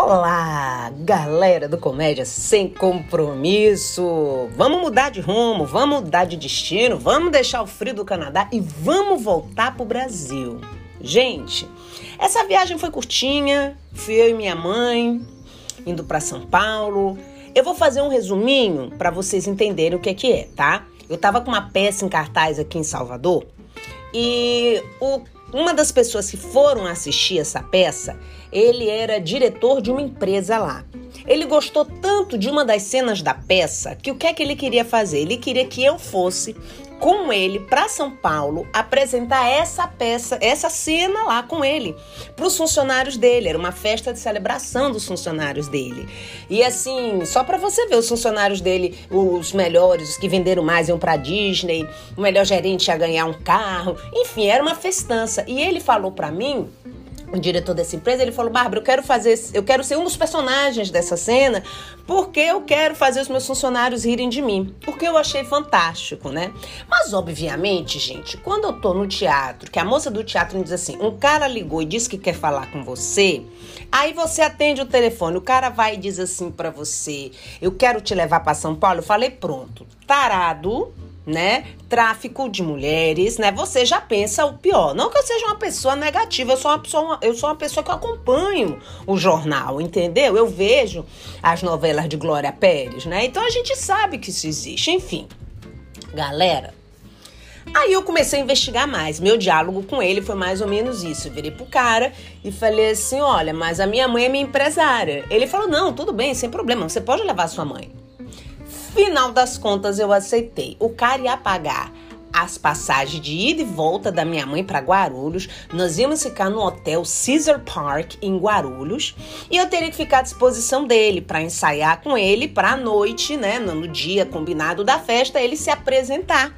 Olá, galera do Comédia Sem Compromisso! Vamos mudar de rumo, vamos mudar de destino, vamos deixar o frio do Canadá e vamos voltar pro Brasil. Gente, essa viagem foi curtinha, fui eu e minha mãe indo para São Paulo. Eu vou fazer um resuminho para vocês entenderem o que é, tá? Eu tava com uma peça em cartaz aqui em Salvador e uma das pessoas que foram assistir essa peça, ele era diretor de uma empresa lá. Ele gostou tanto de uma das cenas da peça que o que é que ele queria fazer? Ele queria que eu fosse com ele para São Paulo apresentar essa peça, essa cena lá com ele, para os funcionários dele. Era uma festa de celebração dos funcionários dele. E assim, só para você ver, os funcionários dele, os melhores, os que venderam mais iam para Disney, o melhor gerente ia ganhar um carro, enfim, era uma festança. E ele falou para mim, o diretor dessa empresa, ele falou: Bárbara, eu quero ser um dos personagens dessa cena, porque eu quero fazer os meus funcionários rirem de mim. Porque eu achei fantástico, né? Mas, obviamente, gente, quando eu tô no teatro, que a moça do teatro me diz assim, um cara ligou e disse que quer falar com você, aí você atende o telefone, o cara vai e diz assim pra você, eu quero te levar pra São Paulo. Eu falei, pronto, tarado, né? Tráfico de mulheres, né? Você já pensa o pior. Não que eu seja uma pessoa negativa, eu sou uma pessoa que acompanho o jornal, entendeu? Eu vejo as novelas de Glória Pérez, né? Então a gente sabe que isso existe. Enfim, galera, aí eu comecei a investigar mais. Meu diálogo com ele foi mais ou menos isso. Eu virei pro cara e falei assim, olha, mas a minha mãe é minha empresária. Ele falou, não, tudo bem, sem problema, você pode levar a sua mãe. Final das contas, eu aceitei. O cara ia pagar as passagens de ida e volta da minha mãe para Guarulhos. Nós íamos ficar no hotel Caesar Park, em Guarulhos. E eu teria que ficar à disposição dele para ensaiar com ele para a noite, né? No dia combinado da festa, ele se apresentar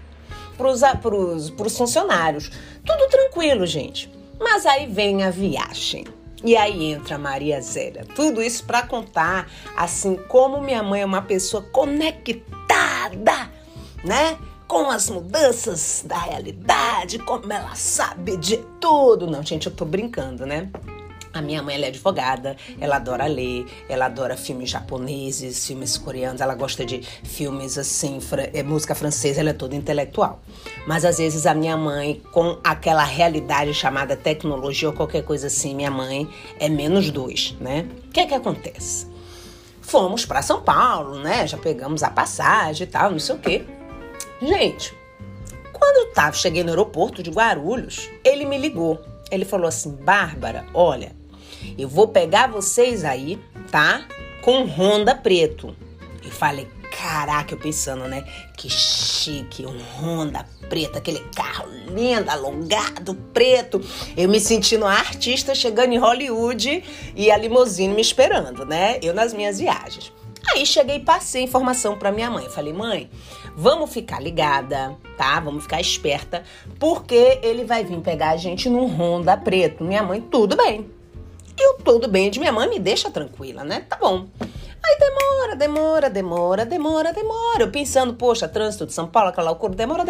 pros funcionários. Tudo tranquilo, gente. Mas aí vem a viagem. E aí entra a Maria Zélia. Tudo isso para contar, assim, como minha mãe é uma pessoa conectada, né? Com as mudanças da realidade, como ela sabe de tudo. Não, gente, eu tô brincando, né? A minha mãe, ela é advogada, ela adora ler, ela adora filmes japoneses, filmes coreanos, ela gosta de filmes assim, música francesa, ela é toda intelectual. Mas às vezes a minha mãe, com aquela realidade chamada tecnologia ou qualquer coisa assim, minha mãe é -2, né? O que é que acontece? Fomos para São Paulo, né? Já pegamos a passagem e tal, não sei o quê. Gente, quando eu cheguei no aeroporto de Guarulhos, ele me ligou. Ele falou assim, Bárbara, olha, eu vou pegar vocês aí, tá? Com um Honda preto. Eu falei, caraca, eu pensando, né? Que chique, um Honda preto, aquele carro lindo, alongado, preto. Eu me sentindo uma artista chegando em Hollywood e a limusine me esperando, né? Eu nas minhas viagens. Aí cheguei e passei a informação pra minha mãe. Falei, mãe, vamos ficar ligada, tá? Vamos ficar esperta, porque ele vai vir pegar a gente num Honda preto. Minha mãe, tudo bem. E o tudo bem de minha mãe me deixa tranquila, né? Tá bom. Aí demora. Eu pensando, poxa, trânsito de São Paulo, aquela loucura, demora.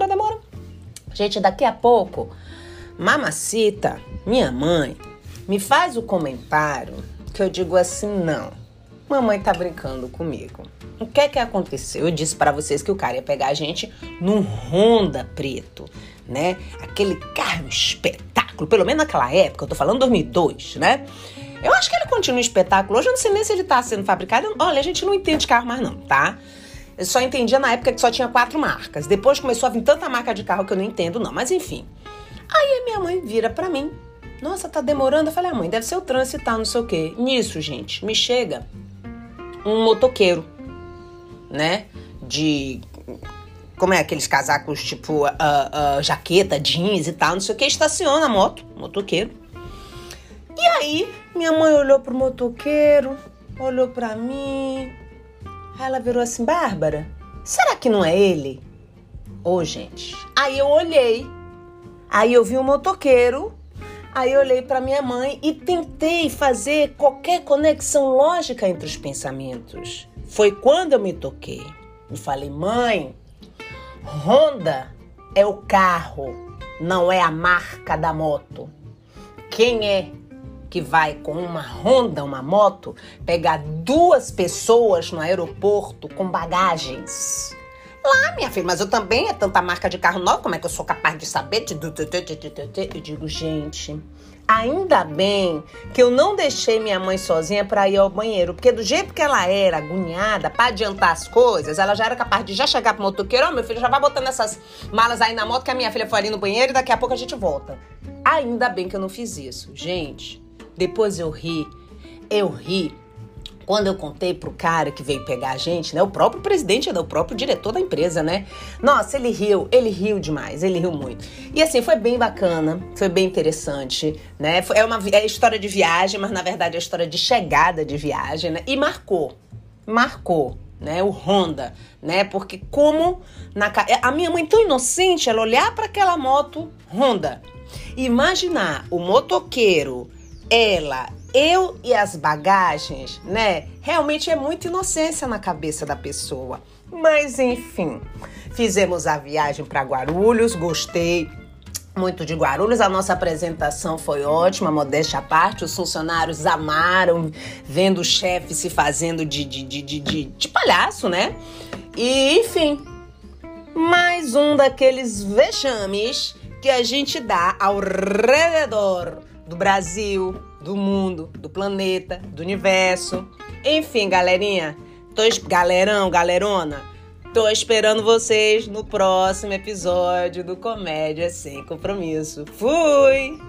Gente, daqui a pouco, mamacita, minha mãe, me faz o comentário que eu digo assim, não, mamãe tá brincando comigo. O que é que aconteceu? Eu disse pra vocês que o cara ia pegar a gente num Honda preto, né? Aquele carro espetáculo, pelo menos naquela época, eu tô falando 2002, né? Eu acho que ele continua um espetáculo. Hoje eu não sei nem se ele tá sendo fabricado. Olha, a gente não entende carro mais não, tá? Eu só entendia na época que só tinha 4 marcas. Depois começou a vir tanta marca de carro que eu não entendo não, mas enfim. Aí a minha mãe vira pra mim. Nossa, tá demorando. Eu falei, mãe, deve ser o trânsito e tal, não sei o quê. Nisso, gente, me chega um motoqueiro, né? Como é aqueles casacos tipo jaqueta, jeans e tal, não sei o que, estaciona a moto, motoqueiro. E aí, minha mãe olhou pro motoqueiro, olhou pra mim, aí ela virou assim, Bárbara, será que não é ele? Ô, gente, aí eu olhei, aí eu vi o motoqueiro, aí eu olhei pra minha mãe e tentei fazer qualquer conexão lógica entre os pensamentos. Foi quando eu me toquei. Eu falei, mãe, Honda é o carro, não é a marca da moto. Quem é que vai com uma Honda, uma moto, pegar 2 pessoas no aeroporto com bagagens. Lá, minha filha, mas eu também, é tanta marca de carro nova, como é que eu sou capaz de saber? Eu digo, gente, ainda bem que eu não deixei minha mãe sozinha pra ir ao banheiro, porque do jeito que ela era agoniada pra adiantar as coisas, ela já era capaz de já chegar pro motoqueiro, ó, meu filho, já vai botando essas malas aí na moto que a minha filha foi ali no banheiro e daqui a pouco a gente volta. Ainda bem que eu não fiz isso. Gente, depois eu ri quando eu contei pro cara que veio pegar a gente, né? O próprio presidente, o próprio diretor da empresa, né? Nossa, ele riu demais, ele riu muito. E assim, foi bem bacana, foi bem interessante, né? É história de viagem, mas na verdade é história de chegada de viagem, né? E marcou, né? O Honda, né? Porque como a minha mãe tão inocente, ela olhar para aquela moto Honda, imaginar o motoqueiro, eu e as bagagens, né? Realmente é muita inocência na cabeça da pessoa. Mas enfim, fizemos a viagem para Guarulhos, gostei muito de Guarulhos, a nossa apresentação foi ótima, modéstia à parte, os funcionários amaram, vendo o chefe se fazendo de palhaço, né? E enfim, mais um daqueles vexames que a gente dá ao redor do Brasil, do mundo, do planeta, do universo. Enfim, galerinha, galerona, tô esperando vocês no próximo episódio do Comédia Sem Compromisso. Fui!